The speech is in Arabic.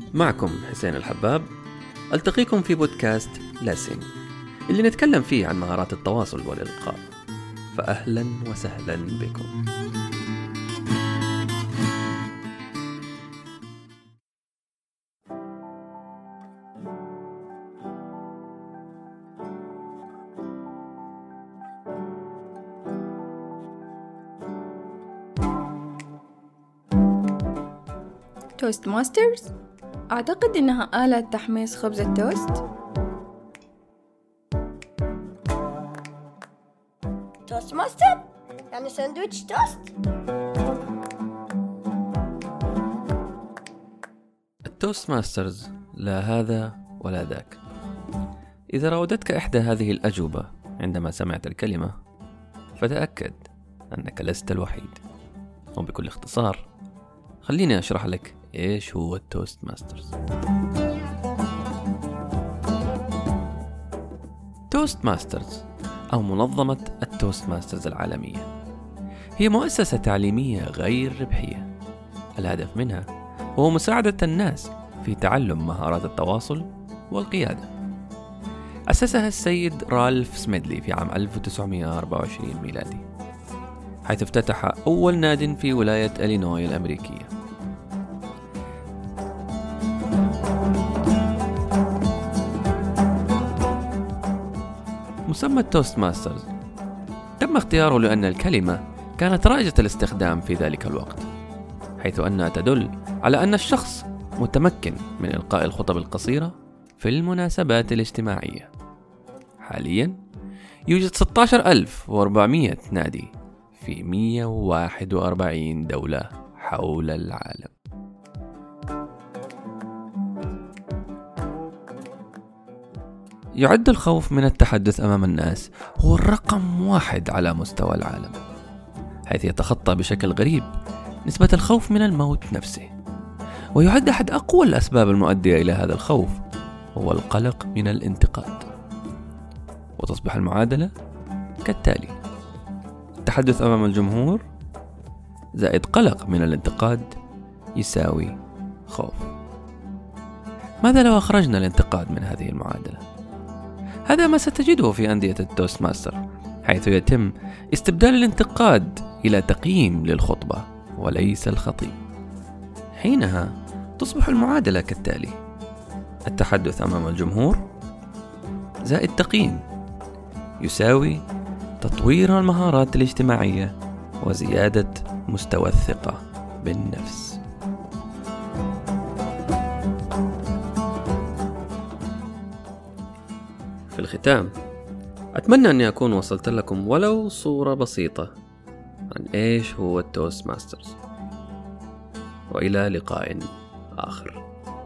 معكم حسين الحباب. ألتقيكم في بودكاست لاسين اللي نتكلم فيه عن مهارات التواصل والإلقاء. فأهلا وسهلا بكم. توست ماسترز؟ أعتقد إنها آلة تحميص خبز التوست. توست ماستر؟ يعني ساندويتش توست؟ التوست ماسترز لا هذا ولا ذاك. إذا راودتك إحدى هذه الأجوبة عندما سمعت الكلمة فتأكد أنك لست الوحيد. وبكل اختصار خليني أشرح لك إيش هو التوست ماسترز. توست ماسترز أو منظمة التوست ماسترز العالمية هي مؤسسة تعليمية غير ربحية. الهدف منها هو مساعدة الناس في تعلم مهارات التواصل والقيادة. أسسها السيد رالف سميدلي في عام 1924 ميلادي، حيث افتتح أول ناد في ولاية إلينوي الأمريكية. مسمى التوست ماسترز تم اختياره لأن الكلمة كانت رائجة الاستخدام في ذلك الوقت، حيث أنها تدل على أن الشخص متمكن من إلقاء الخطب القصيرة في المناسبات الاجتماعية. حاليا يوجد 16,400 نادي في 141 دولة حول العالم. يعد الخوف من التحدث أمام الناس هو الرقم 1 على مستوى العالم، حيث يتخطى بشكل غريب نسبة الخوف من الموت نفسه. ويعد أحد أقوى الأسباب المؤدية إلى هذا الخوف هو القلق من الانتقاد. وتصبح المعادلة كالتالي: التحدث أمام الجمهور زائد قلق من الانتقاد يساوي خوف. ماذا لو أخرجنا الانتقاد من هذه المعادلة؟ هذا ما ستجده في أندية التوست ماستر، حيث يتم استبدال الانتقاد إلى تقييم للخطبة وليس الخطيب. حينها تصبح المعادلة كالتالي: التحدث أمام الجمهور زائد تقييم يساوي تطوير المهارات الاجتماعية وزيادة مستوى الثقة بالنفس. في الختام أتمنى أني أكون وصلت لكم ولو صورة بسيطة عن إيش هو التوست ماسترز، وإلى لقاء آخر.